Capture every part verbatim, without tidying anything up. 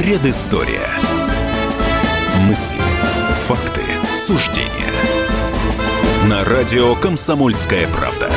Предыстория. Мысли, факты, суждения. На радио «Комсомольская правда».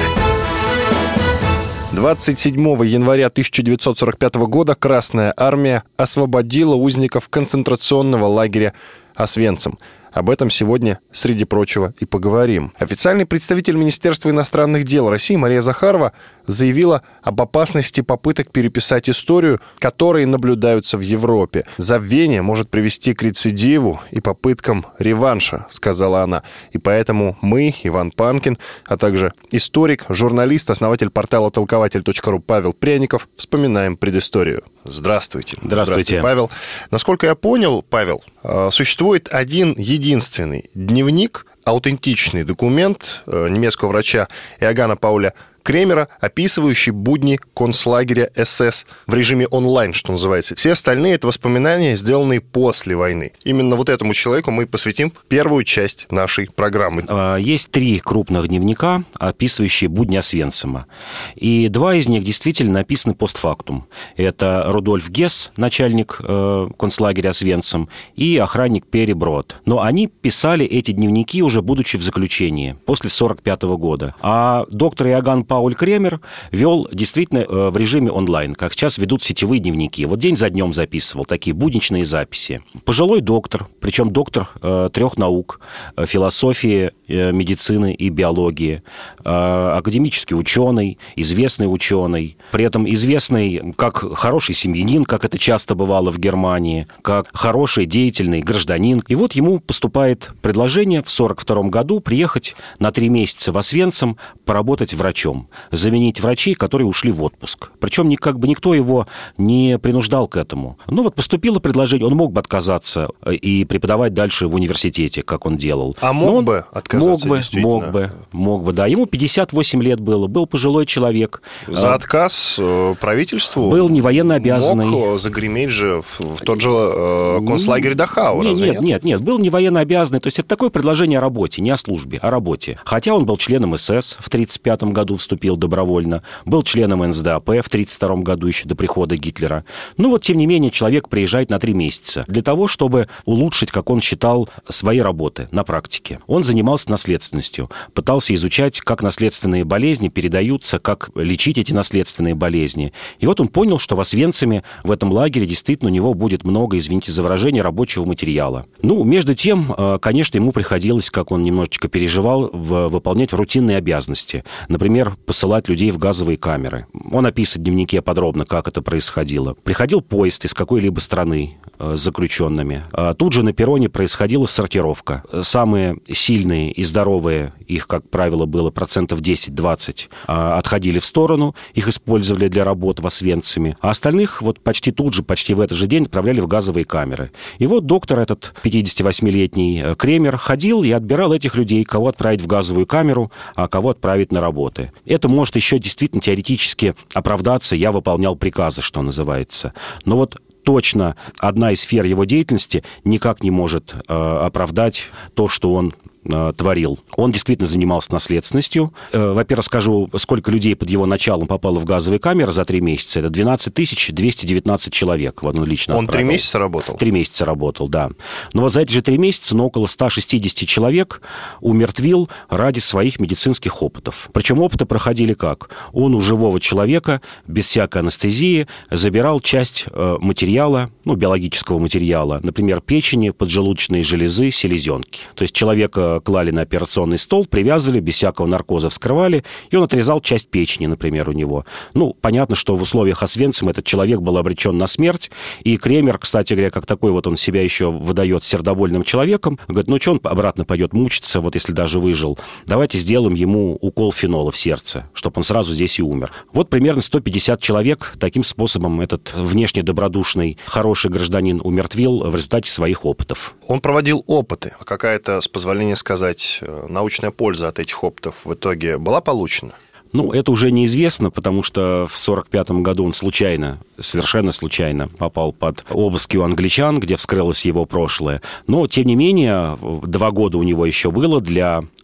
двадцать седьмого января тысяча девятьсот сорок пятого года Красная Армия освободила узников концентрационного лагеря Освенцим. Об этом сегодня, среди прочего, и поговорим. Официальный представитель Министерства иностранных дел России Мария Захарова заявила об опасности попыток переписать историю, которые наблюдаются в Европе. Забвение может привести к рецидиву и попыткам реванша, сказала она. И поэтому мы, Иван Панкин, а также историк, журналист, основатель портала толкователь точка ру Павел Пряников вспоминаем предысторию. Здравствуйте. Здравствуйте. Здравствуйте, Павел. Насколько я понял, Павел, существует один единственный дневник, аутентичный документ немецкого врача Иоганна Пауля Кремера, описывающий будни концлагеря СС в режиме онлайн, что называется. Все остальные — это воспоминания, сделанные после войны. Именно вот этому человеку мы посвятим первую часть нашей программы. Есть три крупных дневника, описывающие будни Освенцима. И два из них действительно написаны постфактум. Это Рудольф Гесс, начальник концлагеря Освенцим, и охранник Пери Брод. Но они писали эти дневники, уже будучи в заключении, после сорок пятого года. А доктор Иоганн Пауль Кремер вел действительно в режиме онлайн, как сейчас ведут сетевые дневники. Вот день за днем записывал такие будничные записи. Пожилой доктор, причем доктор э, трех наук, э, философии, э, медицины и биологии, э, академический ученый, известный ученый, при этом известный как хороший семьянин, как это часто бывало в Германии, как хороший деятельный гражданин. И вот ему поступает предложение в сорок втором году приехать на три месяца в Освенцим, поработать врачом, заменить врачей, которые ушли в отпуск. Причем как бы никто его не принуждал к этому. Ну вот поступило предложение, он мог бы отказаться и преподавать дальше в университете, как он делал. А мог он бы отказаться? Мог бы, мог бы, мог бы, да. Ему пятьдесят восемь лет было, был пожилой человек. За отказ правительству был не военно обязанный. Мог загреметь же в тот же э, концлагерь Дахау, нет, разве нет, нет? Нет, нет, был не военно обязанный. То есть это такое предложение о работе, не о службе, о работе. Хотя он был членом СС в тридцать пятом году, вступил добровольно, был членом эн эс дэ а пэ в тридцать втором году еще до прихода Гитлера. Ну вот, тем не менее, человек приезжает на три месяца для того, чтобы улучшить, как он считал, свои работы на практике. Он занимался наследственностью, пытался изучать, как наследственные болезни передаются, как лечить эти наследственные болезни. И вот он понял, что в Освенциме, в этом лагере, действительно у него будет много, извините за выражение, рабочего материала. Ну, между тем, конечно, ему приходилось, как он немножечко переживал, выполнять рутинные обязанности. Например, посылать людей в газовые камеры. Он описывает в дневнике подробно, как это происходило. Приходил поезд из какой-либо страны э, с заключенными. А тут же на перроне происходила сортировка. Самые сильные и здоровые, их, как правило, было процентов десять-двадцать, э, отходили в сторону, их использовали для работ в Освенциме, а остальных вот почти тут же, почти в этот же день отправляли в газовые камеры. И вот доктор этот, пятидесятивосьмилетний Кремер, ходил и отбирал этих людей, кого отправить в газовую камеру, а кого отправить на работы. Это может еще действительно теоретически оправдаться, я выполнял приказы, что называется. Но вот точно одна из сфер его деятельности никак не может э, оправдать то, что он творил. Он действительно занимался наследственностью. Во-первых, скажу, сколько людей под его началом попало в газовые камеры за три месяца. Это двенадцать тысяч двести девятнадцать человек. Вот он лично Он отправил. три месяца работал? Три месяца работал, да. Но вот за эти же три месяца, ну, около ста шестидесяти человек умертвил ради своих медицинских опытов. Причем опыты проходили как? Он у живого человека, без всякой анестезии, забирал часть материала, ну, биологического материала, например, печени, поджелудочные железы, селезенки. То есть человека клали на операционный стол, привязывали, без всякого наркоза вскрывали, и он отрезал часть печени, например, у него. Ну, понятно, что в условиях Освенцима этот человек был обречен на смерть, и Кремер, кстати говоря, как такой вот он себя еще выдает сердобольным человеком, говорит, ну, что он обратно пойдет мучиться, вот если даже выжил, давайте сделаем ему укол фенола в сердце, чтобы он сразу здесь и умер. Вот примерно сто пятьдесят человек таким способом этот внешне добродушный, хороший гражданин умертвил в результате своих опытов. Он проводил опыты. Какая-то, с позволения сказать, научная польза от этих опытов в итоге была получена? Ну, это уже неизвестно, потому что в сорок пятом году он случайно, совершенно случайно попал под обыски у англичан, где вскрылось его прошлое. Но, тем не менее, два года у него еще было для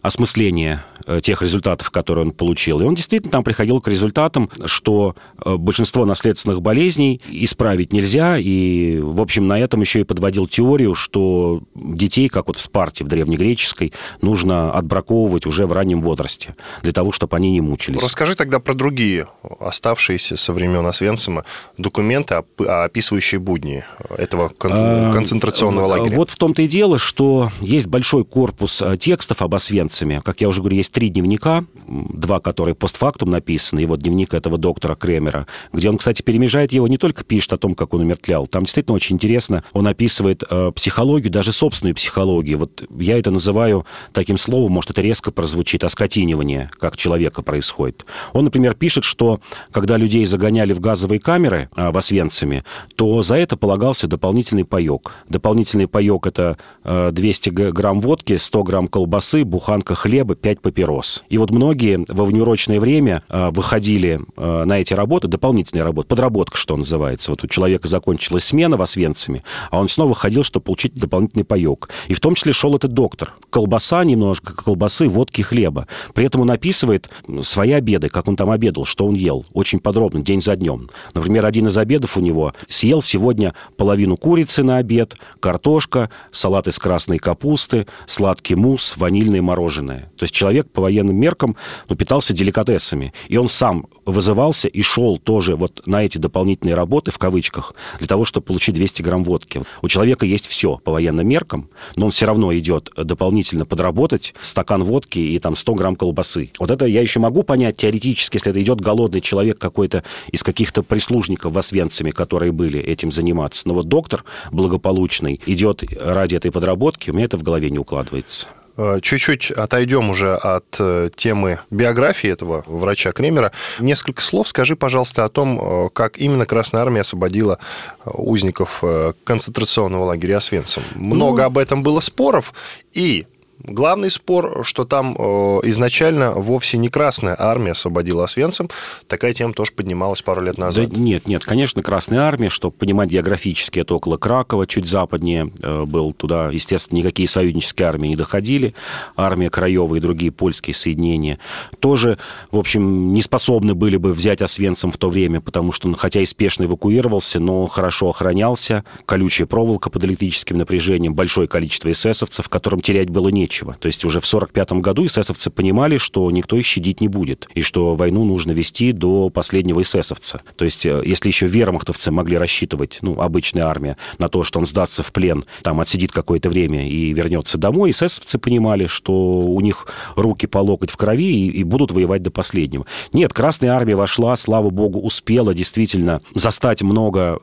осмысление тех результатов, которые он получил. И он действительно там приходил к результатам, что большинство наследственных болезней исправить нельзя, и, в общем, на этом еще и подводил теорию, что детей, как вот в Спарте, в древнегреческой, нужно отбраковывать уже в раннем возрасте, для того, чтобы они не мучились. Расскажи тогда про другие оставшиеся со времен Освенцима документы, описывающие будни этого концентрационного лагеря. Вот в том-то и дело, что есть большой корпус текстов об Освенциме. Как я уже говорю, есть три дневника, два, которые постфактум написаны, и вот дневник этого доктора Кремера, где он, кстати, перемежает его, не только пишет о том, как он умертвлял, там действительно очень интересно, он описывает э, психологию, даже собственную психологию. Вот я это называю таким словом, может, это резко прозвучит, оскотинивание, как человека происходит. Он, например, пишет, что когда людей загоняли в газовые камеры э, в Освенциме, то за это полагался дополнительный паёк. Дополнительный паёк – это э, двести грамм водки, сто грамм колбасы, буханка хлеба, пять папирос. И вот многие во внеурочное время э, выходили э, на эти работы, дополнительные работы, подработка, что называется. Вот у человека закончилась смена в Освенциме, а он снова ходил, чтобы получить дополнительный паёк. И в том числе шел этот доктор. Колбаса немножко, колбасы, водки, хлеба. При этом он описывает свои обеды, как он там обедал, что он ел. Очень подробно, день за днем. Например, один из обедов у него: съел сегодня половину курицы на обед, картошка, салат из красной капусты, сладкий мусс, ванильное мороженое. То есть человек по военным меркам, ну, питался деликатесами. И он сам вызывался и шел тоже вот на эти дополнительные работы, в кавычках, для того, чтобы получить двести грамм водки. У человека есть все по военным меркам, но он все равно идет дополнительно подработать стакан водки и там сто грамм колбасы. Вот это я еще могу понять теоретически, если это идет голодный человек какой-то из каких-то прислужников в Освенциме, которые были этим заниматься. Но вот доктор благополучный идет ради этой подработки, у меня это в голове не укладывается. Чуть-чуть отойдем уже от темы биографии этого врача Кремера. Несколько слов скажи, пожалуйста, о том, как именно Красная Армия освободила узников концентрационного лагеря Освенцим. Много ну... об этом было споров, и главный спор, что там изначально вовсе не Красная Армия освободила Освенцим. Такая тема тоже поднималась пару лет назад. Да нет, нет, конечно, Красная Армия, чтобы понимать географически, это около Кракова, чуть западнее был. Туда, естественно, никакие союзнические армии не доходили. Армия Краева и другие польские соединения тоже, в общем, не способны были бы взять Освенцим в то время, потому что он, хотя и спешно эвакуировался, но хорошо охранялся. Колючая проволока под электрическим напряжением, большое количество эсэсовцев, которым терять было нечего. То есть уже в сорок пятом году эсэсовцы понимали, что никто их щадить не будет, и что войну нужно вести до последнего эсэсовца. То есть если еще вермахтовцы могли рассчитывать, ну, обычная армия, на то, что он сдастся в плен, там отсидит какое-то время и вернется домой, эсэсовцы понимали, что у них руки по локоть в крови и, и будут воевать до последнего. Нет, Красная Армия вошла, слава богу, успела действительно застать много,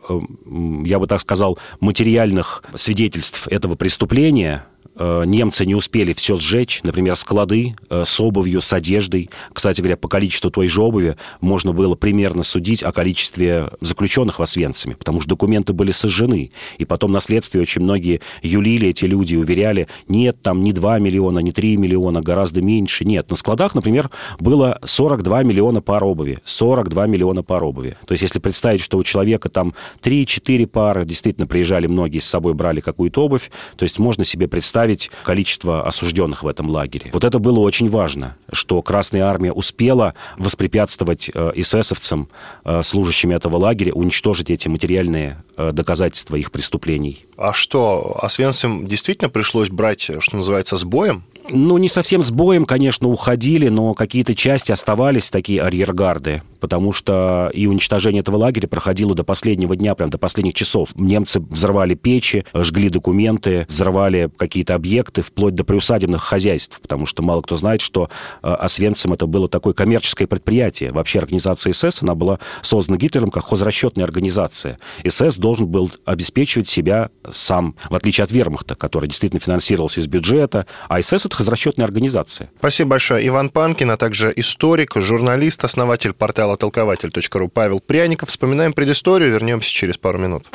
я бы так сказал, материальных свидетельств этого преступления. Немцы не успели все сжечь, например, склады с обувью, с одеждой. Кстати говоря, по количеству той же обуви можно было примерно судить о количестве заключенных в Освенциме, потому что документы были сожжены. И потом на следствии очень многие юлили, эти люди уверяли: нет, там не два миллиона, не три миллиона, гораздо меньше. Нет, на складах, например, было сорок два миллиона пар обуви. сорок два миллиона пар обуви. То есть если представить, что у человека там три-четыре пары, действительно приезжали многие с собой, брали какую-то обувь, то есть можно себе представить количество осужденных в этом лагере. Вот это было очень важно, что Красная Армия успела воспрепятствовать эсэсовцам, служащим этого лагеря, уничтожить эти материальные доказательства их преступлений. А что, Освенцим действительно пришлось брать, что называется, с боем? Ну, не совсем с боем, конечно, уходили, но какие-то части оставались, такие арьергарды, потому что и уничтожение этого лагеря проходило до последнего дня, прям до последних часов. Немцы взрывали печи, жгли документы, взрывали какие-то объекты, вплоть до приусадебных хозяйств, потому что мало кто знает, что Освенцим это было такое коммерческое предприятие. Вообще организация СС, она была создана Гитлером как хозрасчетная организация. СС должен был обеспечивать себя сам, в отличие от вермахта, который действительно финансировался из бюджета, а СС это хозрасчетная организация. Спасибо большое. Иван Панкин, а также историк, журналист, основатель портала толкователь точка ру Павел Пряников. Вспоминаем предысторию, вернемся через пару минут.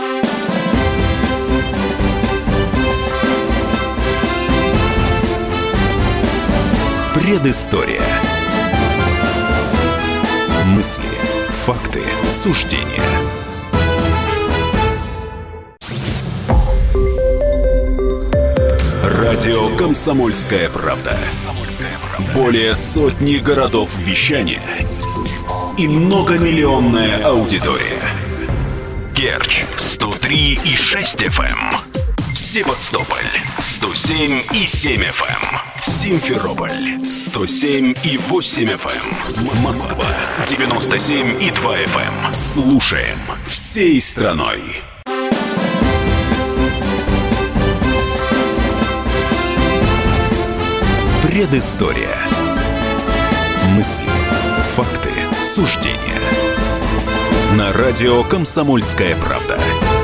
Предыстория. Мысли, факты, суждения. Радио «Комсомольская правда». Более сотни городов вещания и многомиллионная аудитория. Керчь сто три и шесть эф эм, Севастополь сто семь и семь эф эм, Симферополь сто семь и восемь эф эм, Москва девяносто семь и два эф эм. Слушаем всей страной. Предыстория. Мысли, факты, суждения. На радио «Комсомольская правда».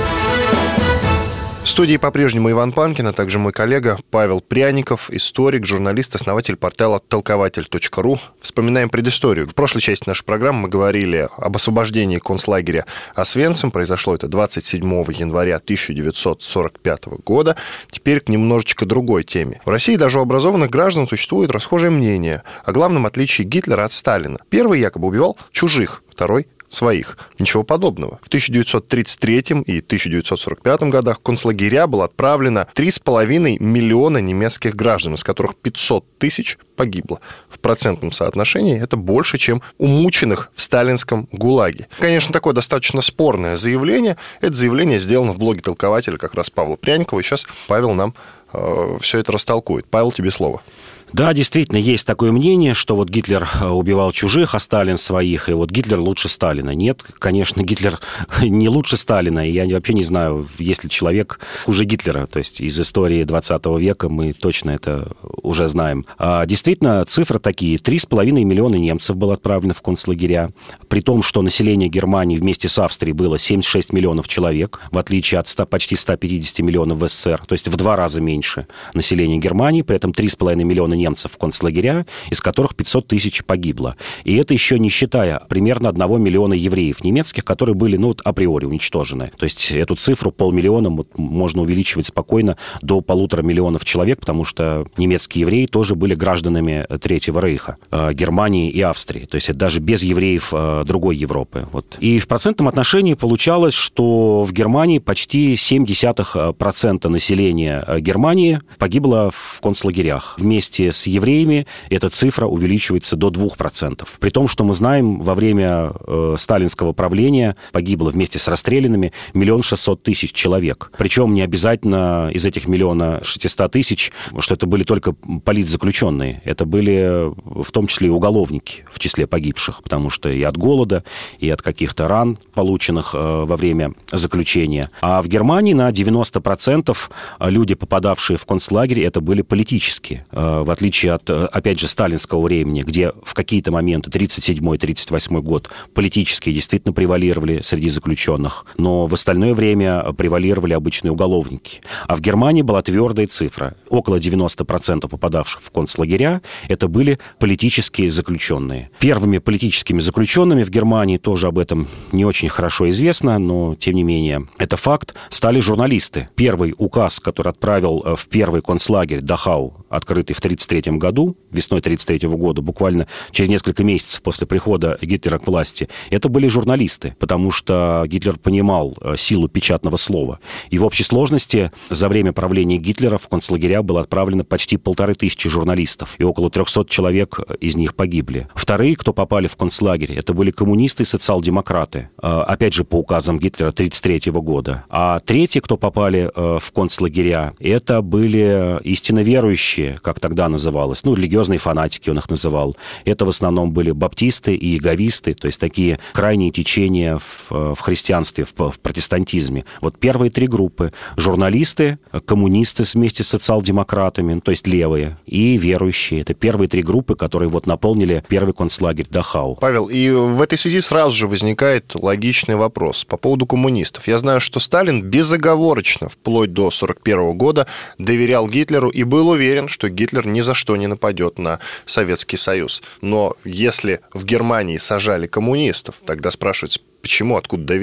В студии по-прежнему Иван Панкин, а также мой коллега Павел Пряников, историк, журналист, основатель портала толкователь точка ру. Вспоминаем предысторию. В прошлой части нашей программы мы говорили об освобождении концлагеря Освенцим. Произошло это двадцать седьмого января тысяча девятьсот сорок пятого года. Теперь к немножечко другой теме. В России даже у образованных граждан существует расхожее мнение о главном отличии Гитлера от Сталина. Первый якобы убивал чужих, второй — своих. Ничего подобного. В тысяча девятьсот тридцать третьем и тысяча девятьсот сорок пятом годах в концлагеря было отправлено три с половиной миллиона немецких граждан, из которых пятьсот тысяч погибло. В процентном соотношении это больше, чем у мученых в сталинском ГУЛАГе. Конечно, такое достаточно спорное заявление. Это заявление сделано в блоге толкователя как раз Павла Пряникова. И сейчас Павел нам э, все это растолкует. Павел, тебе слово. Да, действительно, есть такое мнение, что вот Гитлер убивал чужих, а Сталин своих, и вот Гитлер лучше Сталина. Нет, конечно, Гитлер не лучше Сталина, и я вообще не знаю, есть ли человек хуже Гитлера. То есть из истории двадцатого века мы точно это уже знаем. А действительно, цифры такие. Три с половиной миллиона немцев было отправлено в концлагеря, при том, что население Германии вместе с Австрией было семьдесят шесть миллионов человек, в отличие от ста, почти ста пятидесяти миллионов в СССР, то есть в два раза меньше населения Германии, при этом три с половиной миллиона немцев в концлагеря, из которых пятьсот тысяч погибло. И это еще не считая примерно одного миллиона евреев немецких, которые были, ну, априори уничтожены. То есть эту цифру полмиллиона можно увеличивать спокойно до полутора миллионов человек, потому что немецкие евреи тоже были гражданами Третьего Рейха, Германии и Австрии. То есть это даже без евреев другой Европы. Вот. И в процентном отношении получалось, что в Германии почти семь десятых процента населения Германии погибло в концлагерях. Вместе с евреями эта цифра увеличивается до двух процентов. При том, что мы знаем, во время э, сталинского правления погибло вместе с расстрелянными миллион шестьсот тысяч человек. Причем не обязательно из этих миллиона шестисот тысяч, что это были только политзаключенные. Это были в том числе и уголовники в числе погибших, потому что и от голода, и от каких-то ран, полученных э, во время заключения. А в Германии на девяносто процентов люди, попадавшие в концлагерь, это были политические. Э, в отличие от, опять же, сталинского времени, где в какие-то моменты, тридцать седьмой — тридцать восьмой год, политические действительно превалировали среди заключенных, но в остальное время превалировали обычные уголовники. А в Германии была твердая цифра. Около девяноста процентов попадавших в концлагеря это были политические заключенные. Первыми политическими заключенными в Германии, тоже об этом не очень хорошо известно, но, тем не менее, это факт, стали журналисты. Первый указ, который отправил в первый концлагерь Дахау, открытый в тридцать третьем году, весной тридцать третьего года, буквально через несколько месяцев после прихода Гитлера к власти, это были журналисты, потому что Гитлер понимал силу печатного слова. И в общей сложности за время правления Гитлера в концлагеря было отправлено почти полторы тысячи журналистов, и около трехсот человек из них погибли. Вторые, кто попали в концлагерь, это были коммунисты и социал-демократы, опять же по указам Гитлера тридцать третьего года. А третьи, кто попали в концлагеря, это были истинно верующие, как тогда называлось, ну, религиозные фанатики он их называл. Это в основном были баптисты и иеговисты, то есть такие крайние течения в, в христианстве, в, в протестантизме. Вот первые три группы – журналисты, коммунисты вместе с социал-демократами, то есть левые, и верующие. Это первые три группы, которые вот наполнили первый концлагерь Дахау. Павел, и в этой связи сразу же возникает логичный вопрос по поводу коммунистов. Я знаю, что Сталин безоговорочно, вплоть до сорок первого года, доверял Гитлеру и был уверен, что Гитлер ни за что не нападет на Советский Союз. Но если в Германии сажали коммунистов, тогда спрашивается, почему, откуда доверие?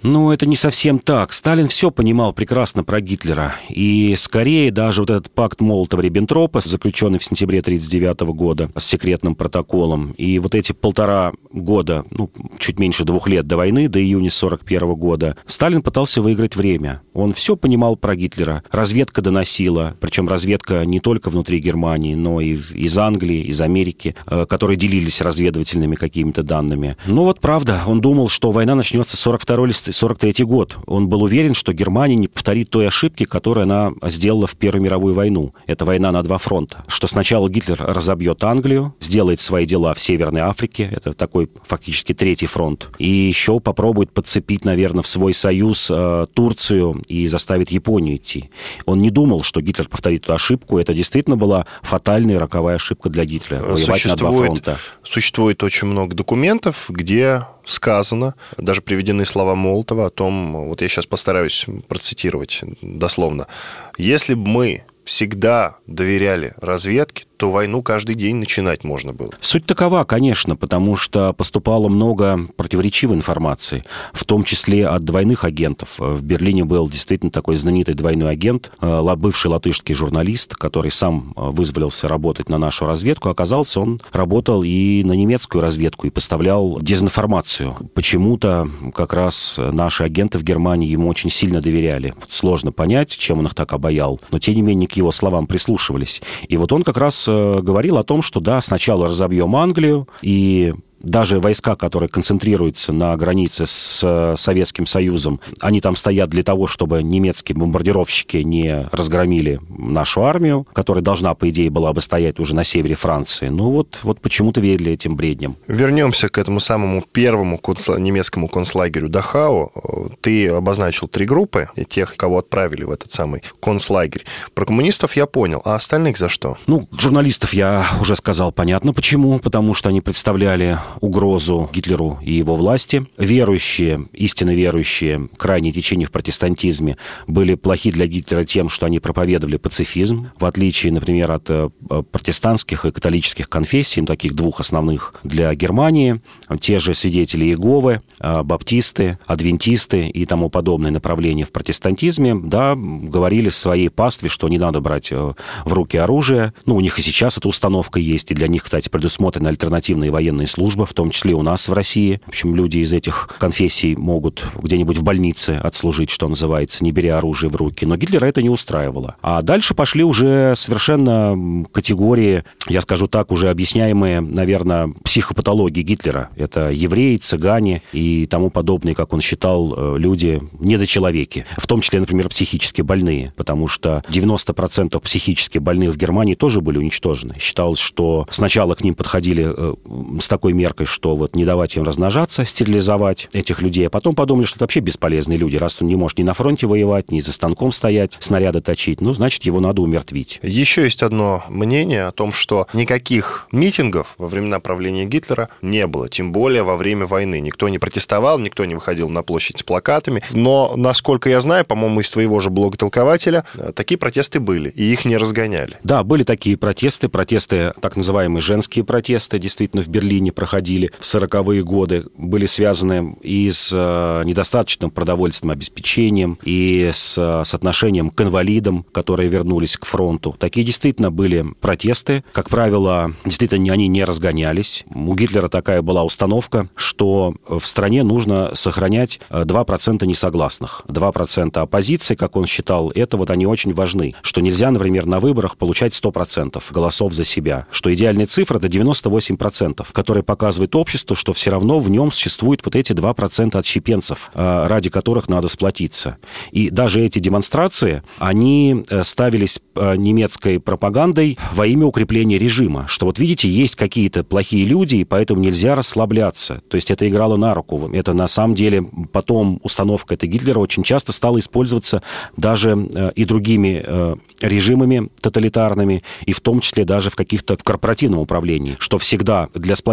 Ну, это не совсем так. Сталин все понимал прекрасно про Гитлера. И скорее даже вот этот пакт Молотова-Риббентропа, заключенный в сентябре тысяча девятьсот тридцать девятого года с секретным протоколом, и вот эти полтора года, ну, чуть меньше двух лет до войны, до июня сорок первого года, Сталин пытался выиграть время. Он все понимал про Гитлера. Разведка доносила, причем разведка не только внутри Германии, но и из Англии, из Америки, которые делились разведывательными какими-то данными. Ну вот правда, он думал, что война начнется сорок второй или сорок третий год. Он был уверен, что Германия не повторит той ошибки, которую она сделала в Первую мировую войну. Это война на два фронта. Что сначала Гитлер разобьет Англию, сделает свои дела в Северной Африке, это такой фактически третий фронт, и еще попробует подцепить, наверное, в свой союз э, Турцию и заставит Японию идти. Он не думал, что Гитлер повторит эту ошибку. Это действительно была фатальная роковая ошибка для Гитлера. Воевать существует, на два фронта. Существует очень много документов, где сказано, даже приведены слова Молотова о том, вот я сейчас постараюсь процитировать дословно, если бы мы всегда доверяли разведке, то войну каждый день начинать можно было. Суть такова, конечно, потому что поступало много противоречивой информации, в том числе от двойных агентов. В Берлине был действительно такой знаменитый двойной агент, бывший латышский журналист, который сам вызволился работать на нашу разведку. Оказался, он работал и на немецкую разведку, и поставлял дезинформацию. Почему-то как раз наши агенты в Германии ему очень сильно доверяли. Сложно понять, чем он их так обаял, но тем не менее к его словам прислушивались. И вот он как раз говорил о том, что да, сначала разобьем Англию, и даже войска, которые концентрируются на границе с Советским Союзом, они там стоят для того, чтобы немецкие бомбардировщики не разгромили нашу армию, которая должна, по идее, была бы стоять уже на севере Франции. Ну вот, вот почему-то верили этим бредням. Вернемся к этому самому первому концла... немецкому концлагерю Дахау. Ты обозначил три группы, и тех, кого отправили в этот самый концлагерь. Про коммунистов я понял, а остальных за что? Ну, журналистов я уже сказал, понятно почему, потому что они представляли угрозу Гитлеру и его власти. Верующие, истинно верующие, крайние течения в протестантизме были плохи для Гитлера тем, что они проповедовали пацифизм, в отличие, например, от протестантских и католических конфессий, ну, таких двух основных для Германии. Те же свидетели Иеговы, баптисты, адвентисты и тому подобные направления в протестантизме, да, говорили своей пастве, что не надо брать в руки оружие. Ну, у них и сейчас эта установка есть, и для них, кстати, предусмотрены альтернативные военные службы, в том числе у нас в России. В общем, люди из этих конфессий могут где-нибудь в больнице отслужить, что называется, не беря оружие в руки. Но Гитлера это не устраивало. А дальше пошли уже совершенно категории, я скажу так, уже объясняемые, наверное, психопатологией Гитлера. Это евреи, цыгане и тому подобные, как он считал, люди недочеловеки. В том числе, например, психически больные, потому что девяносто процентов психически больных в Германии тоже были уничтожены. Считалось, что сначала к ним подходили с такой меркой, что вот не давать им размножаться, стерилизовать этих людей, а потом подумали, что это вообще бесполезные люди. Раз он не может ни на фронте воевать, ни за станком стоять, снаряды точить, ну, значит, его надо умертвить. Еще есть одно мнение о том, что никаких митингов во времена правления Гитлера не было, тем более во время войны. Никто не протестовал, никто не выходил на площадь с плакатами. Но, насколько я знаю, по-моему, из твоего же блога-толкователя, такие протесты были, и их не разгоняли. Да, были такие протесты, протесты, так называемые женские протесты, действительно, в Берлине проходили в сороковые годы, были связаны и с недостаточным продовольственным обеспечением, и с, с отношением к инвалидам, которые вернулись к фронту. Такие действительно были протесты. Как правило, действительно, они не разгонялись. У Гитлера такая была установка, что в стране нужно сохранять два процента несогласных. два процента оппозиции, как он считал, это вот они очень важны. Что нельзя, например, на выборах получать сто процентов голосов за себя. Что идеальная цифра – это девяносто восемь процентов, которые показывает обществу, что все равно в нем существует вот эти два процента отщепенцев, ради которых надо сплотиться. И даже эти демонстрации, они ставились немецкой пропагандой во имя укрепления режима, что вот видите, есть какие-то плохие люди, и поэтому нельзя расслабляться. То есть это играло на руку. Это на самом деле потом установка этой Гитлера очень часто стала использоваться даже и другими режимами тоталитарными, и в том числе даже в каких-то в корпоративном управлении, что всегда для сплочения власти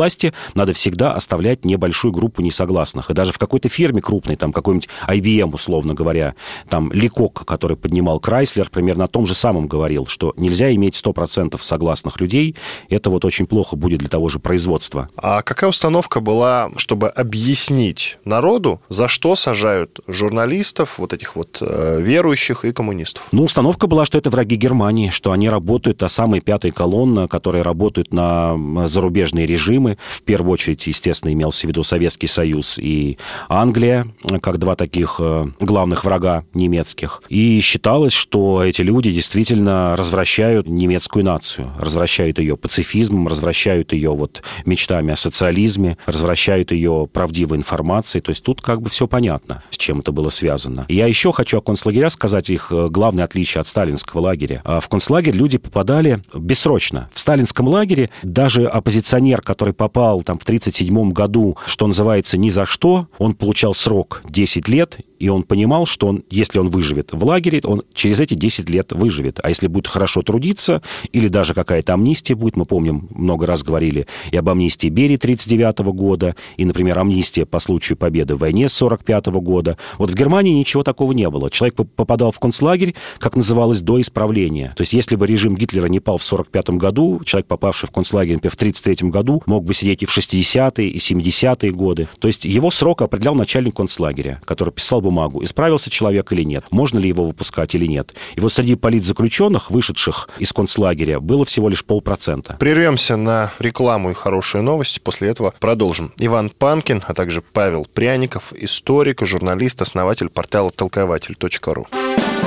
власти надо всегда оставлять небольшую группу несогласных. И даже в какой-то фирме крупной, там какой-нибудь ай би эм, условно говоря, там Ликок, который поднимал Крайслер, примерно о том же самом говорил, что нельзя иметь сто процентов согласных людей, это вот очень плохо будет для того же производства. А какая установка была, чтобы объяснить народу, за что сажают журналистов, вот этих вот э, верующих и коммунистов? Ну, установка была, что это враги Германии, что они работают, та самая пятая колонна, которая работает на зарубежные режимы. В первую очередь, естественно, имелся в виду Советский Союз и Англия, как два таких главных врага немецких. И считалось, что эти люди действительно развращают немецкую нацию, развращают ее пацифизмом, развращают ее вот мечтами о социализме, развращают ее правдивой информацией. То есть тут как бы все понятно, с чем это было связано. Я еще хочу о концлагерях сказать, их главное отличие от сталинского лагеря. В концлагерь люди попадали бессрочно. В сталинском лагере даже оппозиционер, который попал там в тридцать седьмом году, что называется, ни за что, он получал срок десять лет, и он понимал, что он, если он выживет в лагере, он через эти десять лет выживет. А если будет хорошо трудиться, или даже какая-то амнистия будет, мы помним, много раз говорили и об амнистии Берии тридцать девятого года, и, например, амнистия по случаю победы в войне сорок пятого года. Вот в Германии ничего такого не было. Человек попадал в концлагерь, как называлось, до исправления. То есть если бы режим Гитлера не пал в сорок пятом году, человек, попавший в концлагерь, например, в тридцать третьем году, мог бы сидеть и в шестидесятые, и семидесятые годы. То есть его срок определял начальник концлагеря, который писал бумагу, исправился человек или нет, можно ли его выпускать или нет. И вот среди политзаключенных, вышедших из концлагеря, было всего лишь полпроцента. Прервемся на рекламу и хорошие новости, после этого продолжим. Иван Панкин, а также Павел Пряников, историк, журналист, основатель портала толкователь точка ру.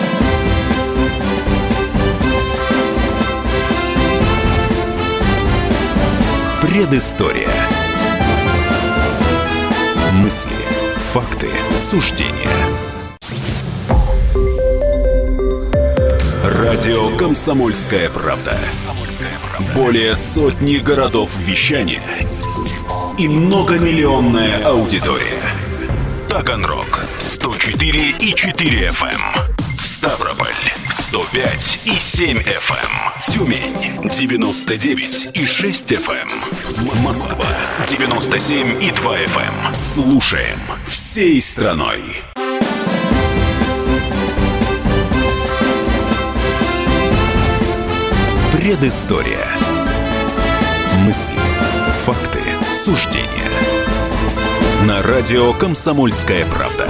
Предыстория. Мысли, факты, суждения. Радио «Комсомольская правда». Более сотни городов вещания и многомиллионная аудитория. Таганрог сто четыре и четыре эф эм, Ставрополь сто пять и семь эф эм, Тюмень девяносто девять и шесть эф эм, Москва девяносто семь и два эф эм. Слушаем всей страной. Предыстория. Мысли, факты, суждения. На радио «Комсомольская правда».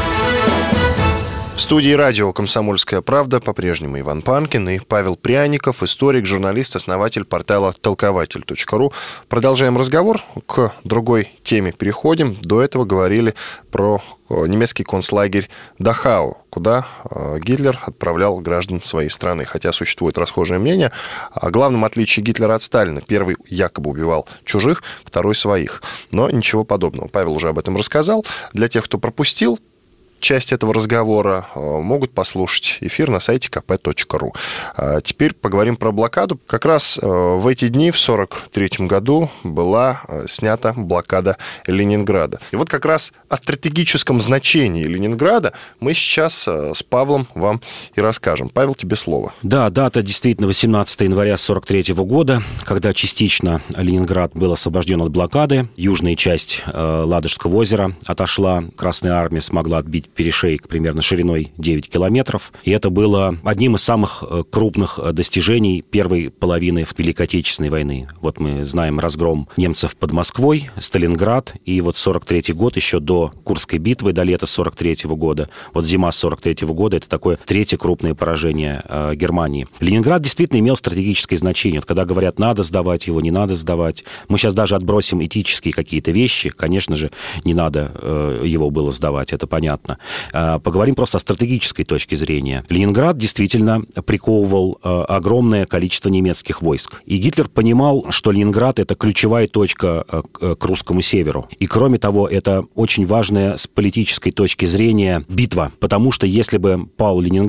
В студии радио «Комсомольская правда» по-прежнему Иван Панкин и Павел Пряников, историк, журналист, основатель портала толкователь точка ру. Продолжаем разговор, к другой теме переходим. До этого говорили про немецкий концлагерь Дахау, куда Гитлер отправлял граждан своей страны. Хотя существует расхожее мнение о главном отличии Гитлера от Сталина. Первый якобы убивал чужих, второй своих. Но ничего подобного. Павел уже об этом рассказал. Для тех, кто пропустил часть этого разговора, могут послушать эфир на сайте ка пэ точка ру. Теперь поговорим про блокаду. Как раз в эти дни, в сорок третьем году, была снята блокада Ленинграда. И вот как раз о стратегическом значении Ленинграда мы сейчас с Павлом вам и расскажем. Павел, тебе слово. Да, дата действительно восемнадцатого января сорок третьего года, когда частично Ленинград был освобожден от блокады. Южная часть Ладожского озера отошла. Красная армия смогла отбить перешейк примерно шириной девять километров. И это было одним из самых крупных достижений первой половины Великой Отечественной войны. Вот мы знаем разгром немцев под Москвой, Сталинград, и вот сорок третий год, еще до Курской битвы, до лета сорок третьего года. Вот зима сорок третьего года, это такое третье крупное поражение э, Германии. Ленинград действительно имел стратегическое значение. Вот когда говорят, надо сдавать его, не надо сдавать. Мы сейчас даже отбросим этические какие-то вещи. Конечно же, не надо э, его было сдавать, это понятно. Поговорим просто о стратегической точке зрения. Ленинград действительно приковывал огромное количество немецких войск. И Гитлер понимал, что Ленинград — это ключевая точка к русскому северу. И кроме того, это очень важная с политической точки зрения битва. Потому что если бы пал Ленинград,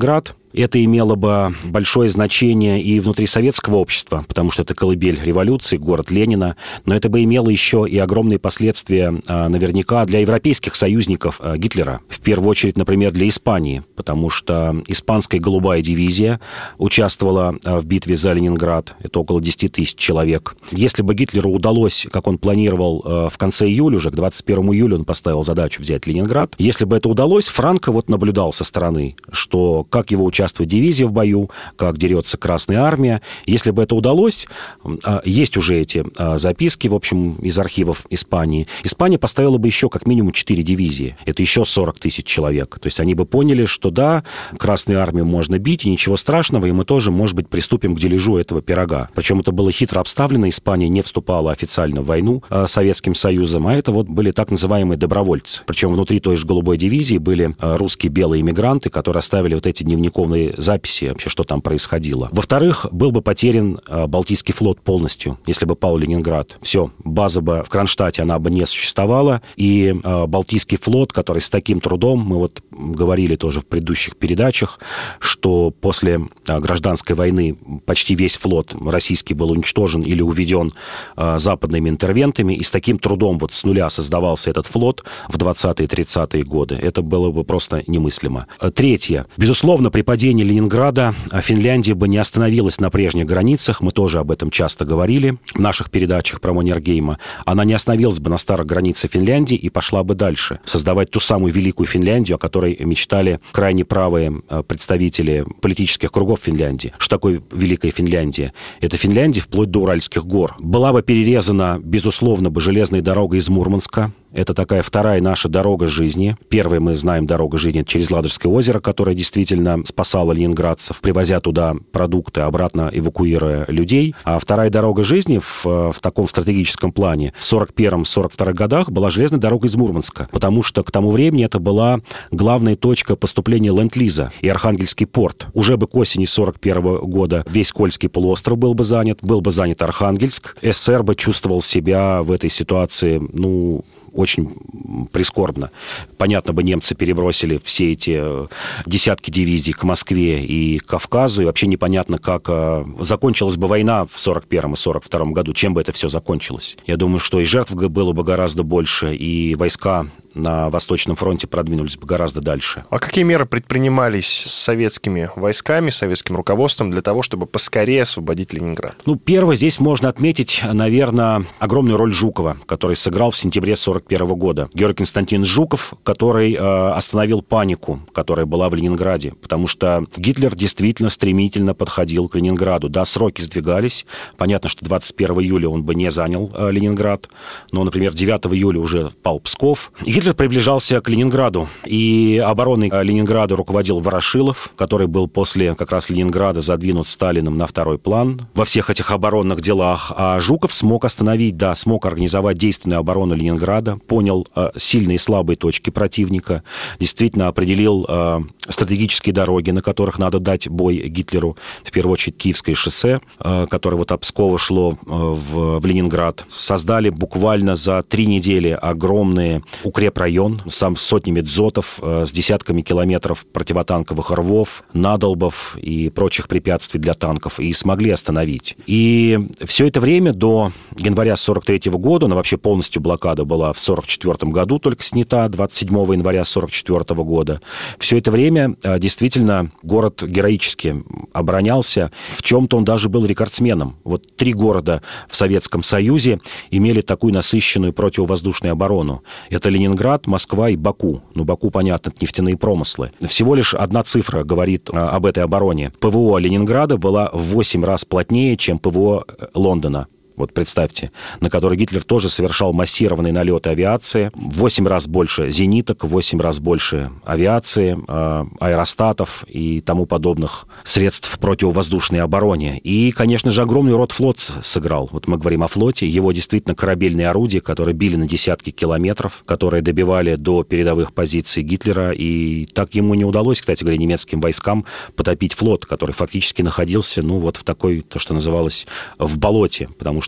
Это имело бы большое значение и внутри советского общества, потому что это колыбель революции, город Ленина, но это бы имело еще и огромные последствия наверняка для европейских союзников Гитлера. В первую очередь, например, для Испании, потому что испанская голубая дивизия участвовала в битве за Ленинград. Это около десять тысяч человек. Если бы Гитлеру удалось, как он планировал в конце июля, уже к двадцать первому июля он поставил задачу взять Ленинград, если бы это удалось, Франко вот наблюдал со стороны, что как его участвует дивизия в бою, как дерется Красная Армия. Если бы это удалось, есть уже эти записки, в общем, из архивов Испании, Испания поставила бы еще как минимум четыре дивизии. Это еще сорок тысяч человек. То есть они бы поняли, что да, Красную Армию можно бить, и ничего страшного, и мы тоже, может быть, приступим к дележу этого пирога. Причем это было хитро обставлено. Испания не вступала официально в войну с Советским Союзом, а это вот были так называемые добровольцы. Причем внутри той же голубой дивизии были русские белые иммигранты, которые оставили вот эти дневниковые записи, вообще, что там происходило. Во-вторых, был бы потерян Балтийский флот полностью, если бы пал Ленинград. Все, база бы в Кронштадте, она бы не существовала, и Балтийский флот, который с таким трудом, мы вот говорили тоже в предыдущих передачах, что после гражданской войны почти весь флот российский был уничтожен или уведен западными интервентами, и с таким трудом вот с нуля создавался этот флот в двадцатые-тридцатые годы. Это было бы просто немыслимо. Третье. Безусловно, при падении Ленинграда Финляндия бы не остановилась на прежних границах. Мы тоже об этом часто говорили в наших передачах про Маннергейма. Она не остановилась бы на старых границах Финляндии и пошла бы дальше. Создавать ту самую великую Финляндию, о которой мечтали крайне правые представители политических кругов Финляндии. Что такое великая Финляндия? Это Финляндия вплоть до Уральских гор. Была бы перерезана, безусловно, бы железная дорога из Мурманска. Это такая вторая наша дорога жизни. Первая, мы знаем, дорога жизни через Ладожское озеро, которая действительно спасала ленинградцев, привозя туда продукты, обратно эвакуируя людей. А вторая дорога жизни в, в таком стратегическом плане в сорок первом — сорок втором годах была железная дорога из Мурманска, потому что к тому времени это была главная точка поступления ленд-лиза и Архангельский порт. Уже бы к осени сорок первого года весь Кольский полуостров был бы занят, был бы занят Архангельск. СССР бы чувствовал себя в этой ситуации, ну, очень прискорбно. Понятно бы, немцы перебросили все эти десятки дивизий к Москве и к Кавказу, и вообще непонятно, как закончилась бы война в сорок первом и сорок втором году, чем бы это все закончилось. Я думаю, что и жертв было бы гораздо больше, и войска на Восточном фронте продвинулись бы гораздо дальше. А какие меры предпринимались советскими войсками, советским руководством для того, чтобы поскорее освободить Ленинград? Ну, первое, здесь можно отметить, наверное, огромную роль Жукова, который сыграл в сентябре сорок первого года. Георгий Константинович Жуков, который э, остановил панику, которая была в Ленинграде, потому что Гитлер действительно стремительно подходил к Ленинграду. Да, сроки сдвигались. Понятно, что двадцать первого июля он бы не занял э, Ленинград, но, например, девятого июля уже пал Псков. Гитлер приближался к Ленинграду, и обороной Ленинграда руководил Ворошилов, который был после как раз Ленинграда задвинут Сталиным на второй план во всех этих оборонных делах. А Жуков смог остановить, да, смог организовать действенную оборону Ленинграда, понял э, сильные и слабые точки противника, действительно определил э, стратегические дороги, на которых надо дать бой Гитлеру, в первую очередь Киевское шоссе, э, которое вот от Пскова шло э, в, в Ленинград. Создали буквально за три недели огромные укрепрайоны, район, сам с сотнями дзотов, э, с десятками километров противотанковых рвов, надолбов и прочих препятствий для танков, и смогли остановить. И все это время до января сорок третьего года, она вообще полностью блокада была в сорок четвёртом году, только снята двадцать седьмого января сорок четвёртого года. Все это время э, действительно город героически оборонялся. В чем-то он даже был рекордсменом. Вот три города в Советском Союзе имели такую насыщенную противовоздушную оборону. Это Ленинград, Москва и Баку. Ну, Баку, понятно, это нефтяные промыслы. Всего лишь одна цифра говорит а, об этой обороне. ПВО Ленинграда была в восемь раз плотнее, чем ПВО Лондона. Вот представьте, на который Гитлер тоже совершал массированные налеты авиации. В восемь раз больше зениток, в восемь раз больше авиации, аэростатов и тому подобных средств противовоздушной обороне. И, конечно же, огромный рот флот сыграл. Вот мы говорим о флоте. Его действительно корабельные орудия, которые били на десятки километров, которые добивали до передовых позиций Гитлера. И так ему не удалось, кстати говоря, немецким войскам потопить флот, который фактически находился, ну, вот в такой, то, что называлось, в болоте. Потому что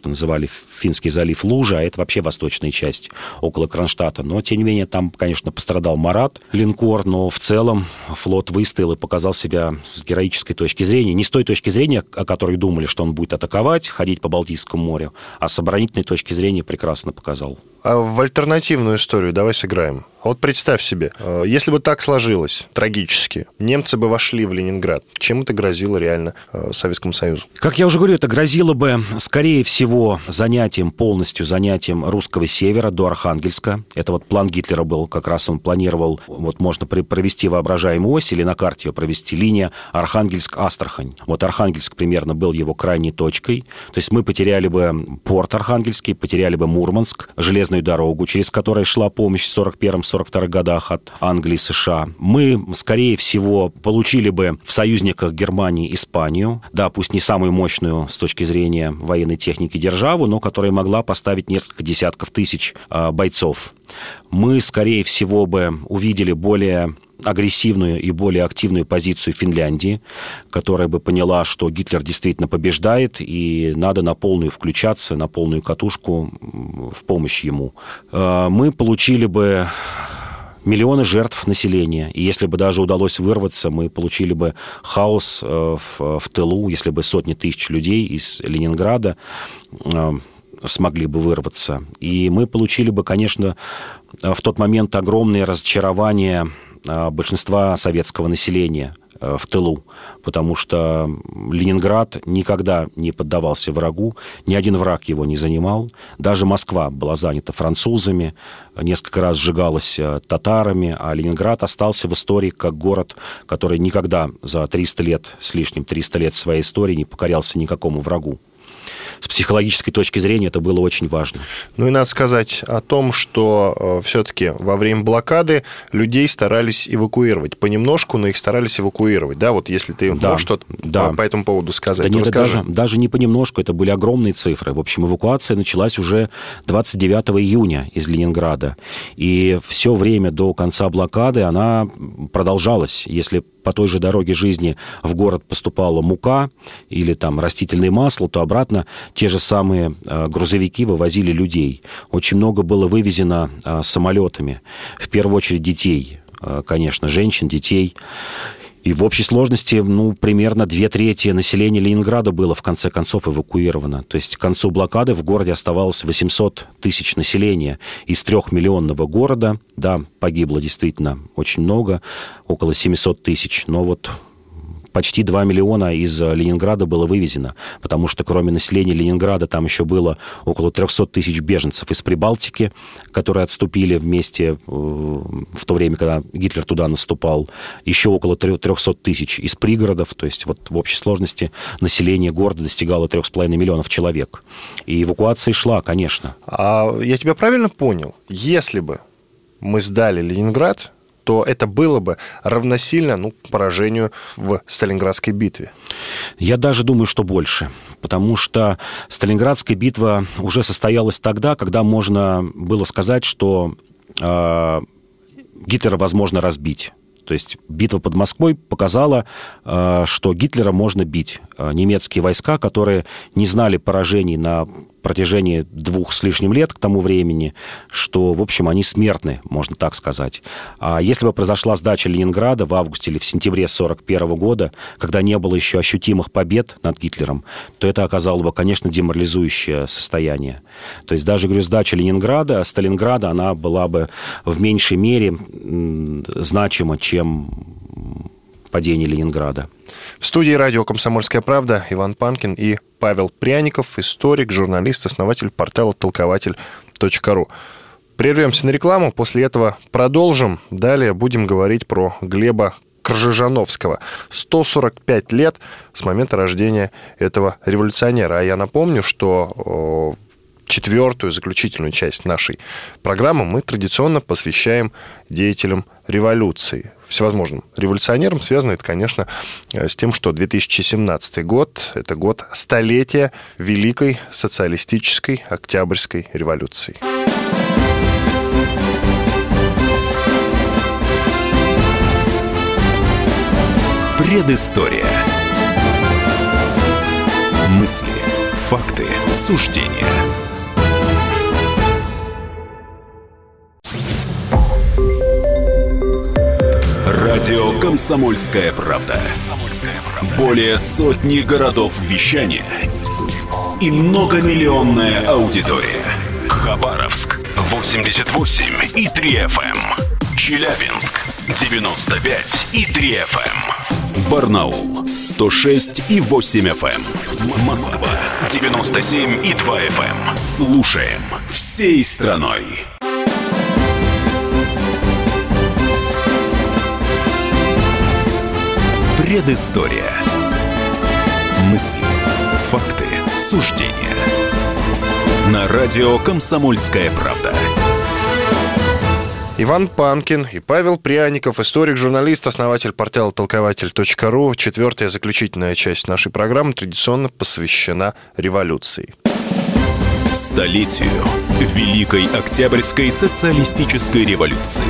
что называли Финский залив, Лужа, а это вообще восточная часть, около Кронштадта. Но, тем не менее, там, конечно, пострадал Марат, линкор, но в целом флот выстоял и показал себя с героической точки зрения. Не с той точки зрения, о которой думали, что он будет атаковать, ходить по Балтийскому морю, а с оборонительной точки зрения прекрасно показал. А в альтернативную историю давай сыграем. Вот представь себе, если бы так сложилось, трагически, немцы бы вошли в Ленинград, чем это грозило реально Советскому Союзу? Как я уже говорю, это грозило бы, скорее всего, занятием, полностью занятием русского севера до Архангельска. Это вот план Гитлера был, как раз он планировал, вот можно провести воображаемую ось или на карте ее провести, линия Архангельск-Астрахань. Вот Архангельск примерно был его крайней точкой. То есть мы потеряли бы порт Архангельский, потеряли бы Мурманск, железную дорогу, через которую шла помощь в сорок первом сорок втором годах от Англии и США. Мы, скорее всего, получили бы в союзниках Германии Испанию, да, пусть не самую мощную с точки зрения военной техники державу, но которая могла поставить несколько десятков тысяч э, бойцов. Мы, скорее всего, бы увидели более агрессивную и более активную позицию Финляндии, которая бы поняла, что Гитлер действительно побеждает, и надо на полную включаться, на полную катушку в помощь ему. Мы получили бы миллионы жертв населения. И если бы даже удалось вырваться, мы получили бы хаос в, в тылу, если бы сотни тысяч людей из Ленинграда смогли бы вырваться. И мы получили бы, конечно, в тот момент огромное разочарование большинства советского населения в тылу, потому что Ленинград никогда не поддавался врагу, ни один враг его не занимал. Даже Москва была занята французами, несколько раз сжигалась татарами, а Ленинград остался в истории как город, который никогда за триста лет с лишним, триста лет своей истории не покорялся никакому врагу. С психологической точки зрения это было очень важно. Ну и надо сказать о том, что э, все-таки во время блокады людей старались эвакуировать. Понемножку, но их старались эвакуировать. Да, вот если ты да, можешь что-то да. по, по этому поводу сказать, да то нет, расскажи. Даже, даже не понемножку, это были огромные цифры. В общем, эвакуация началась уже двадцать девятого июня из Ленинграда. И все время до конца блокады она продолжалась. Если по той же дороге жизни в город поступала мука или там растительное масло, то обратно те же самые грузовики вывозили людей. Очень много было вывезено самолетами. В первую очередь детей, конечно, женщин, детей. И в общей сложности, ну, примерно две трети населения Ленинграда было, в конце концов, эвакуировано. То есть к концу блокады в городе оставалось восемьсот тысяч населения. Из трехмиллионного города, да, погибло действительно очень много, около семьсот тысяч. Но вот почти два миллиона из Ленинграда было вывезено, потому что кроме населения Ленинграда там еще было около триста тысяч беженцев из Прибалтики, которые отступили вместе в то время, когда Гитлер туда наступал. Еще около триста тысяч из пригородов, то есть вот в общей сложности население города достигало трех с половиной миллионов человек. И эвакуация шла, конечно. А я тебя правильно понял? Если бы мы сдали Ленинград, то это было бы равносильно ну, поражению в Сталинградской битве. Я даже думаю, что больше. Потому что Сталинградская битва уже состоялась тогда, когда можно было сказать, что э, Гитлера возможно разбить. То есть битва под Москвой показала, что Гитлера можно бить. Немецкие войска, которые не знали поражений на протяжении двух с лишним лет к тому времени, что, в общем, они смертны, можно так сказать. А если бы произошла сдача Ленинграда в августе или в сентябре сорок первого года, когда не было еще ощутимых побед над Гитлером, то это оказало бы, конечно, деморализующее состояние. То есть даже, говорю, сдача Ленинграда, Сталинграда, она была бы в меньшей мере значима, чем падение Ленинграда. В студии радио «Комсомольская правда» Иван Панкин и Павел Пряников, историк, журналист, основатель портала толкователь точка ру. Прервемся на рекламу, после этого продолжим. Далее будем говорить про Глеба Кржижановского. сто сорок пять лет с момента рождения этого революционера. А я напомню, что четвертую, заключительную часть нашей программы мы традиционно посвящаем деятелям революции. Всевозможным революционерам. Связано это, конечно, с тем, что две тысячи семнадцатый год – это год столетия Великой социалистической Октябрьской революции. Предыстория. Мысли, Факты, суждения. Радио «Комсомольская правда». Более сотни городов вещания и многомиллионная аудитория. Хабаровск восемьдесят восемь и три эф эм, Челябинск девяносто пять и три эф эм, Барнаул сто шесть и восемь эф эм, Москва девяносто семь и два эф эм. Слушаем всей страной. Предыстория. Мысли, факты, суждения. На радио «Комсомольская правда». Иван Панкин и Павел Пряников, историк, журналист, основатель портала толкователь точка ру. Четвертая, заключительная часть нашей программы традиционно посвящена революции. Столетию Великой Октябрьской социалистической революции.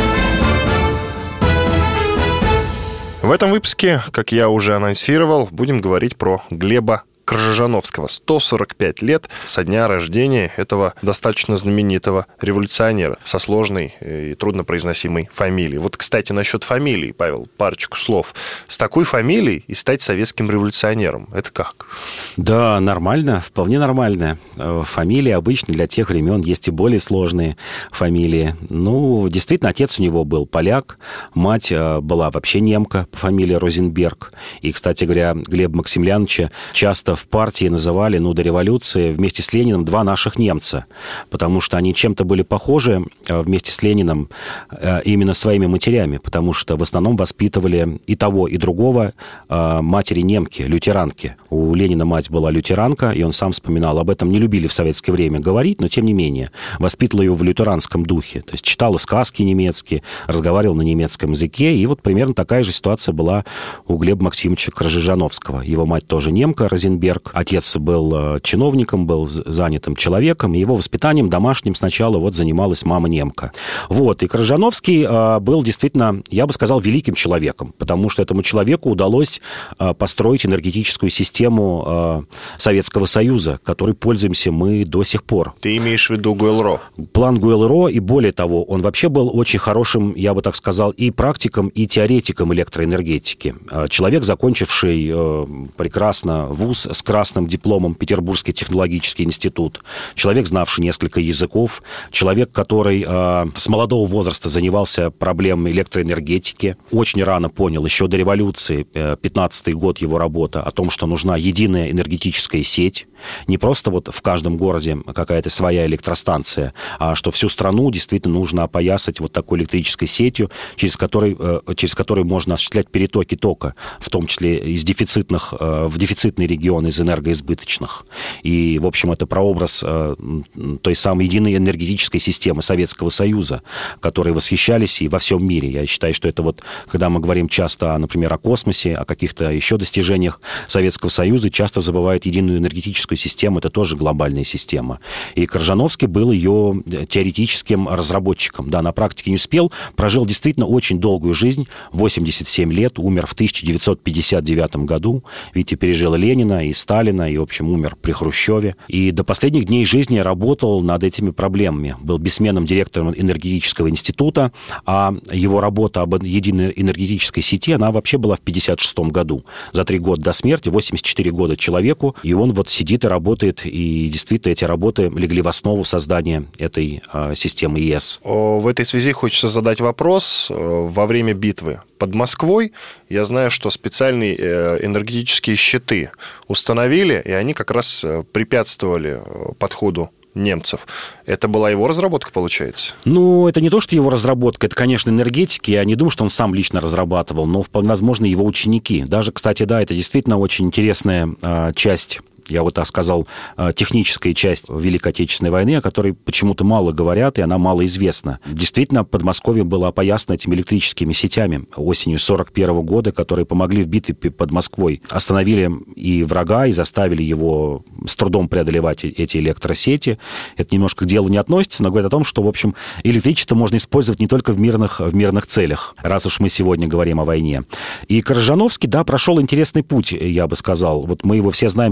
В этом выпуске, как я уже анонсировал, будем говорить про Глеба Кржижановского. сто сорок пять лет со дня рождения этого достаточно знаменитого революционера со сложной и труднопроизносимой фамилией. Вот, кстати, насчет фамилии, Павел, парочку слов. С такой фамилией и стать советским революционером, это как? Да, нормально, вполне нормально. Фамилии обычно для тех времен есть и более сложные фамилии. Ну, действительно, отец у него был поляк, мать была вообще немка по фамилии Розенберг. И, кстати говоря, Глеба Максимилиановича часто в партии называли, ну, до революции вместе с Лениным два наших немца, потому что они чем-то были похожи вместе с Лениным именно своими матерями, потому что в основном воспитывали и того, и другого матери немки, лютеранки. У Ленина мать была лютеранка, и он сам вспоминал, об этом не любили в советское время говорить, но тем не менее, воспитывала его в лютеранском духе, то есть читала сказки немецкие, разговаривала на немецком языке, и вот примерно такая же ситуация была у Глеба Максимовича Кржижановского. Его мать тоже немка, Розенберг. Отец был чиновником, был занятым человеком, и его воспитанием домашним сначала вот занималась мама-немка. Вот, и Кржижановский э, был действительно, я бы сказал, великим человеком, потому что этому человеку удалось э, построить энергетическую систему э, Советского Союза, которой пользуемся мы до сих пор. Ты имеешь в виду ГУЭЛРО? План ГУЭЛРО, и более того, он вообще был очень хорошим, я бы так сказал, и практиком, и теоретиком электроэнергетики. Человек, закончивший э, прекрасно вуз с красным дипломом Петербургский технологический институт, человек, знавший несколько языков, человек, который э, с молодого возраста занимался проблемами электроэнергетики, очень рано понял, еще до революции, пятнадцатый год его работа, о том, что нужна единая энергетическая сеть, не просто вот в каждом городе какая-то своя электростанция, а что всю страну действительно нужно опоясать вот такой электрической сетью, через которой, э, через которой можно осуществлять перетоки тока, в том числе из дефицитных, э, в дефицитные регионы, из энергоизбыточных. И, в общем, это прообраз э, той самой единой энергетической системы Советского Союза, которой восхищались и во всем мире. Я считаю, что это вот, когда мы говорим часто, например, о космосе, о каких-то еще достижениях Советского Союза, часто забывают единую энергетическую систему, это тоже глобальная система. И Кржижановский был ее теоретическим разработчиком. Да, на практике не успел, прожил действительно очень долгую жизнь, восемьдесят семь лет, умер в тысяча девятьсот пятьдесят девятом году. Видите, пережил Ленина и Сталина, и, в общем, умер при Хрущеве. И до последних дней жизни работал над этими проблемами. Был бессменным директором энергетического института, а его работа об единой энергетической сети, она вообще была в пятьдесят шестом году. За три года до смерти, восемьдесят четыре года человеку, и он вот сидит и работает, и действительно эти работы легли в основу создания этой э, системы ЕС. В этой связи хочется задать вопрос. Во время битвы под Москвой я знаю, что специальные энергетические щиты установили, и они как раз препятствовали подходу немцев. Это была его разработка, получается? Ну, это не то, что его разработка, это, конечно, энергетики. Я не думаю, что он сам лично разрабатывал, но, вполне возможно, его ученики. Даже, кстати, да, это действительно очень интересная а, часть, я вот так сказал, техническая часть Великой Отечественной войны, о которой почему-то мало говорят, и она мало известна. Действительно, Подмосковье было опоясано этими электрическими сетями осенью сорок первого года, которые помогли в битве под Москвой. Остановили и врага, и заставили его с трудом преодолевать эти электросети. Это немножко к делу не относится, но говорит о том, что, в общем, электричество можно использовать не только в мирных, в мирных целях, раз уж мы сегодня говорим о войне. И Кржижановский, да, прошел интересный путь, я бы сказал. Вот мы его все знаем как энергетик,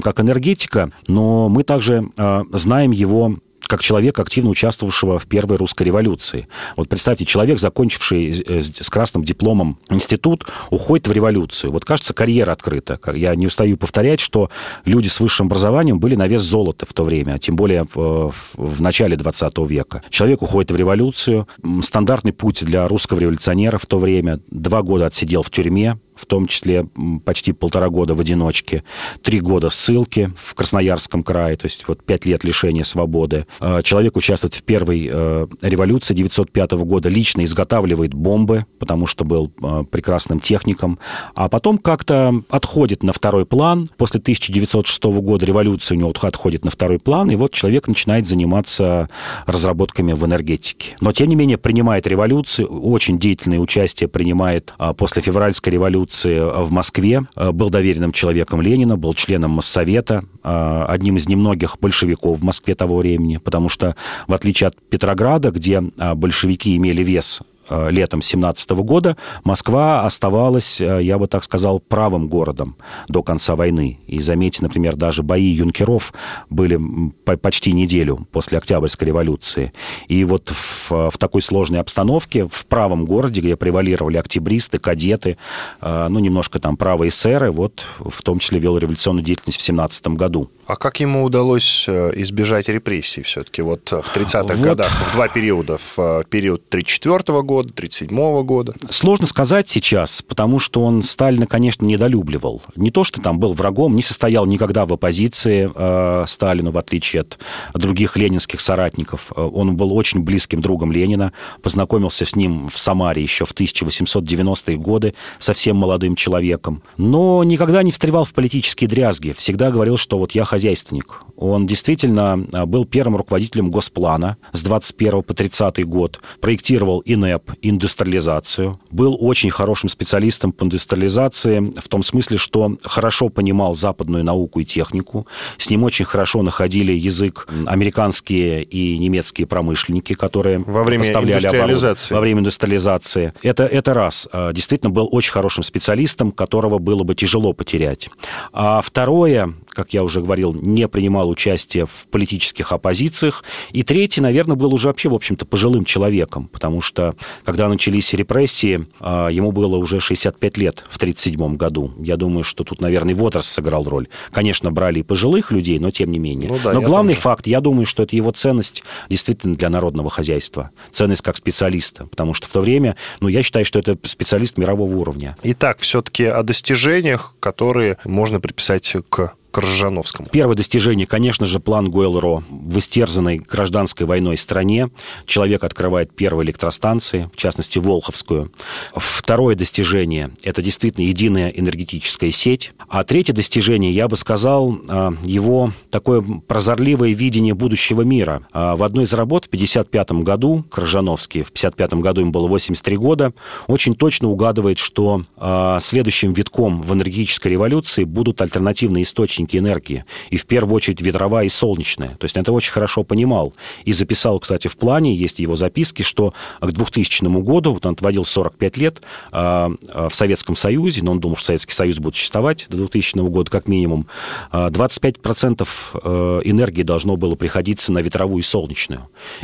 энергетика, но мы также э, знаем его как человек, активно участвовавшего в первой русской революции. Вот представьте, человек, закончивший с красным дипломом институт, уходит в революцию. Вот, кажется, карьера открыта. Я не устаю повторять, что люди с высшим образованием были на вес золота в то время, а тем более в, в начале двадцатого века. Человек уходит в революцию. Стандартный путь для русского революционера в то время. Два года отсидел в тюрьме, в том числе почти полтора года в одиночке, три года ссылки в Красноярском крае, то есть вот пять лет лишения свободы. Человек участвует в первой э, революции девятьсот пятого года, лично изготавливает бомбы, потому что был э, прекрасным техником, а потом как-то отходит на второй план. После тысяча девятьсот шестого года революция у него отходит на второй план, и вот человек начинает заниматься разработками в энергетике. Но, тем не менее, принимает революцию, очень деятельное участие принимает э, после февральской революции в Москве, был доверенным человеком Ленина, был членом Моссовета, одним из немногих большевиков в Москве того времени, потому что, в отличие от Петрограда, где большевики имели вес летом семнадцатого года, Москва оставалась, я бы так сказал, правым городом до конца войны. И заметьте, например, даже бои юнкеров были почти неделю после Октябрьской революции. И вот в, в такой сложной обстановке, в правом городе, где превалировали октябристы, кадеты, ну, немножко там правые эсеры, вот в том числе вел революционную деятельность в семнадцатом году. А как ему удалось избежать репрессий все-таки вот в тридцатых вот. годах, в два периода, в период тридцать четвёртого года, тридцать седьмого года? Сложно сказать сейчас, потому что он Сталина, конечно, недолюбливал. Не то, что там был врагом, не состоял никогда в оппозиции э, Сталину, в отличие от других ленинских соратников. Он был очень близким другом Ленина, познакомился с ним в Самаре еще в тысяча восемьсот девяностые годы, совсем молодым человеком. Но никогда не встревал в политические дрязги, всегда говорил, что вот я хозяйственник. Он действительно был первым руководителем Госплана с двадцать первого по тридцатый год, проектировал ИНЭП, индустриализацию, был очень хорошим специалистом по индустриализации в том смысле, что хорошо понимал западную науку и технику, с ним очень хорошо находили язык американские и немецкие промышленники, которые во время поставляли индустриализации. Во время индустриализации. Это, это раз. Действительно был очень хорошим специалистом, которого было бы тяжело потерять. А второе, как я уже говорил, не принимал участие в политических оппозициях. И третий, наверное, был уже вообще, в общем-то, пожилым человеком, потому что, когда начались репрессии, ему было уже шестьдесят пять лет в тридцать седьмом году. Я думаю, что тут, наверное, и возраст сыграл роль. Конечно, брали и пожилых людей, но тем не менее. Ну да, но главный факт, я думаю, что это его ценность действительно для народного хозяйства. Ценность как специалиста, потому что в то время, ну, я считаю, что это специалист мирового уровня. Итак, все-таки о достижениях, которые можно приписать к Крыжановскому. Первое достижение, конечно же, план Гойл-Ро. В истерзанной гражданской войной стране человек открывает первые электростанции, в частности, Волховскую. Второе достижение – это действительно единая энергетическая сеть. А третье достижение, я бы сказал, его такое прозорливое видение будущего мира. В одной из работ в пятьдесят пятом году, Крыжановский, в пятьдесят пятом году ему было восемьдесят три года, очень точно угадывает, что следующим витком в энергетической революции будут альтернативные источники энергии, и в первую очередь ветровая и солнечная. То есть он это очень хорошо понимал. И записал, кстати, в плане, есть его записки, что к двухтысячному году, вот он отводил сорок пять лет э, в Советском Союзе, но он думал, что Советский Союз будет существовать до двухтысячного года как минимум, двадцать пять процентов энергии должно было приходиться на ветровую и солнечную.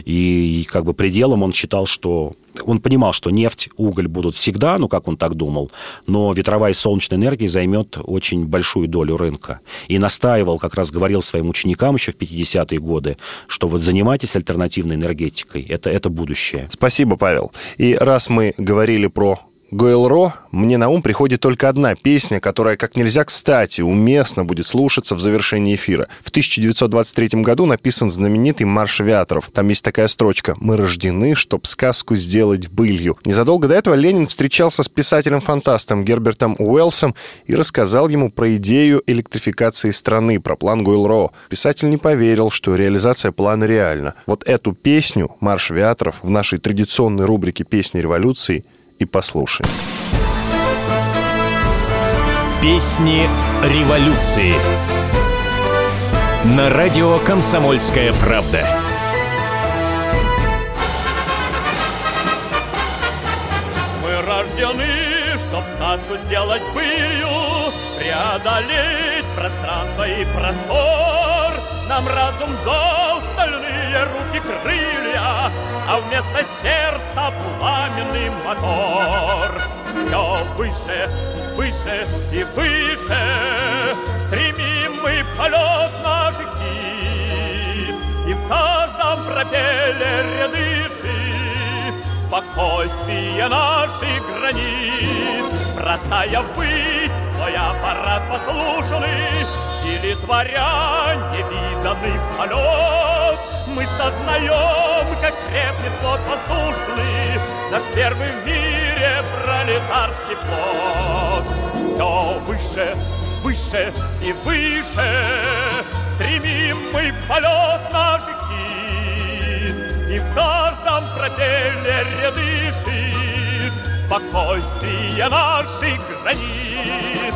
И как бы пределом он считал, что... Он понимал, что нефть, уголь будут всегда, ну, как он так думал, но ветровая и солнечная энергия займет очень большую долю рынка. И настаивал, как раз говорил своим ученикам еще в пятидесятые годы, что вот занимайтесь альтернативной энергетикой, это, это будущее. Спасибо, Павел. И раз мы говорили про Гойл-Ро, мне на ум приходит только одна песня, которая как нельзя кстати, уместно будет слушаться в завершении эфира. В тысяча девятьсот двадцать третьем году написан знаменитый «Марш Вятров». Там есть такая строчка: «Мы рождены, чтоб сказку сделать былью». Незадолго до этого Ленин встречался с писателем-фантастом Гербертом Уэллсом и рассказал ему про идею электрификации страны, про план Гойл-Ро. Писатель не поверил, что реализация плана реальна. Вот эту песню «Марш Вятров» в нашей традиционной рубрике «Песни революции» и послушаем. Песни революции. На радио «Комсомольская правда». Мы рождены, чтоб сказку сделать былью, преодолеть пространство и простор. Нам разум дал стальные руки крылья, а вместо сердца пламенный мотор. Все выше, выше и выше стремим мы полет наш гид, и в каждом пропеллере дышит спокойствие наших границ. Бросая ввысь свой аппарат послушный или творя невиданный полет, мы сознаем, как крепнет флот воздушный, наш первый в мире пролетарский флот. Все выше, выше и выше стремим мы в полет наш гид, и в каждом пропеллере дышит спокойствие наших границ.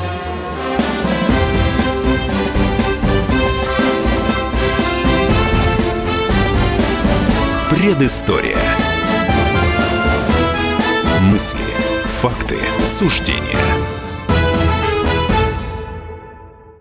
Предыстория. Мысли, факты, суждения.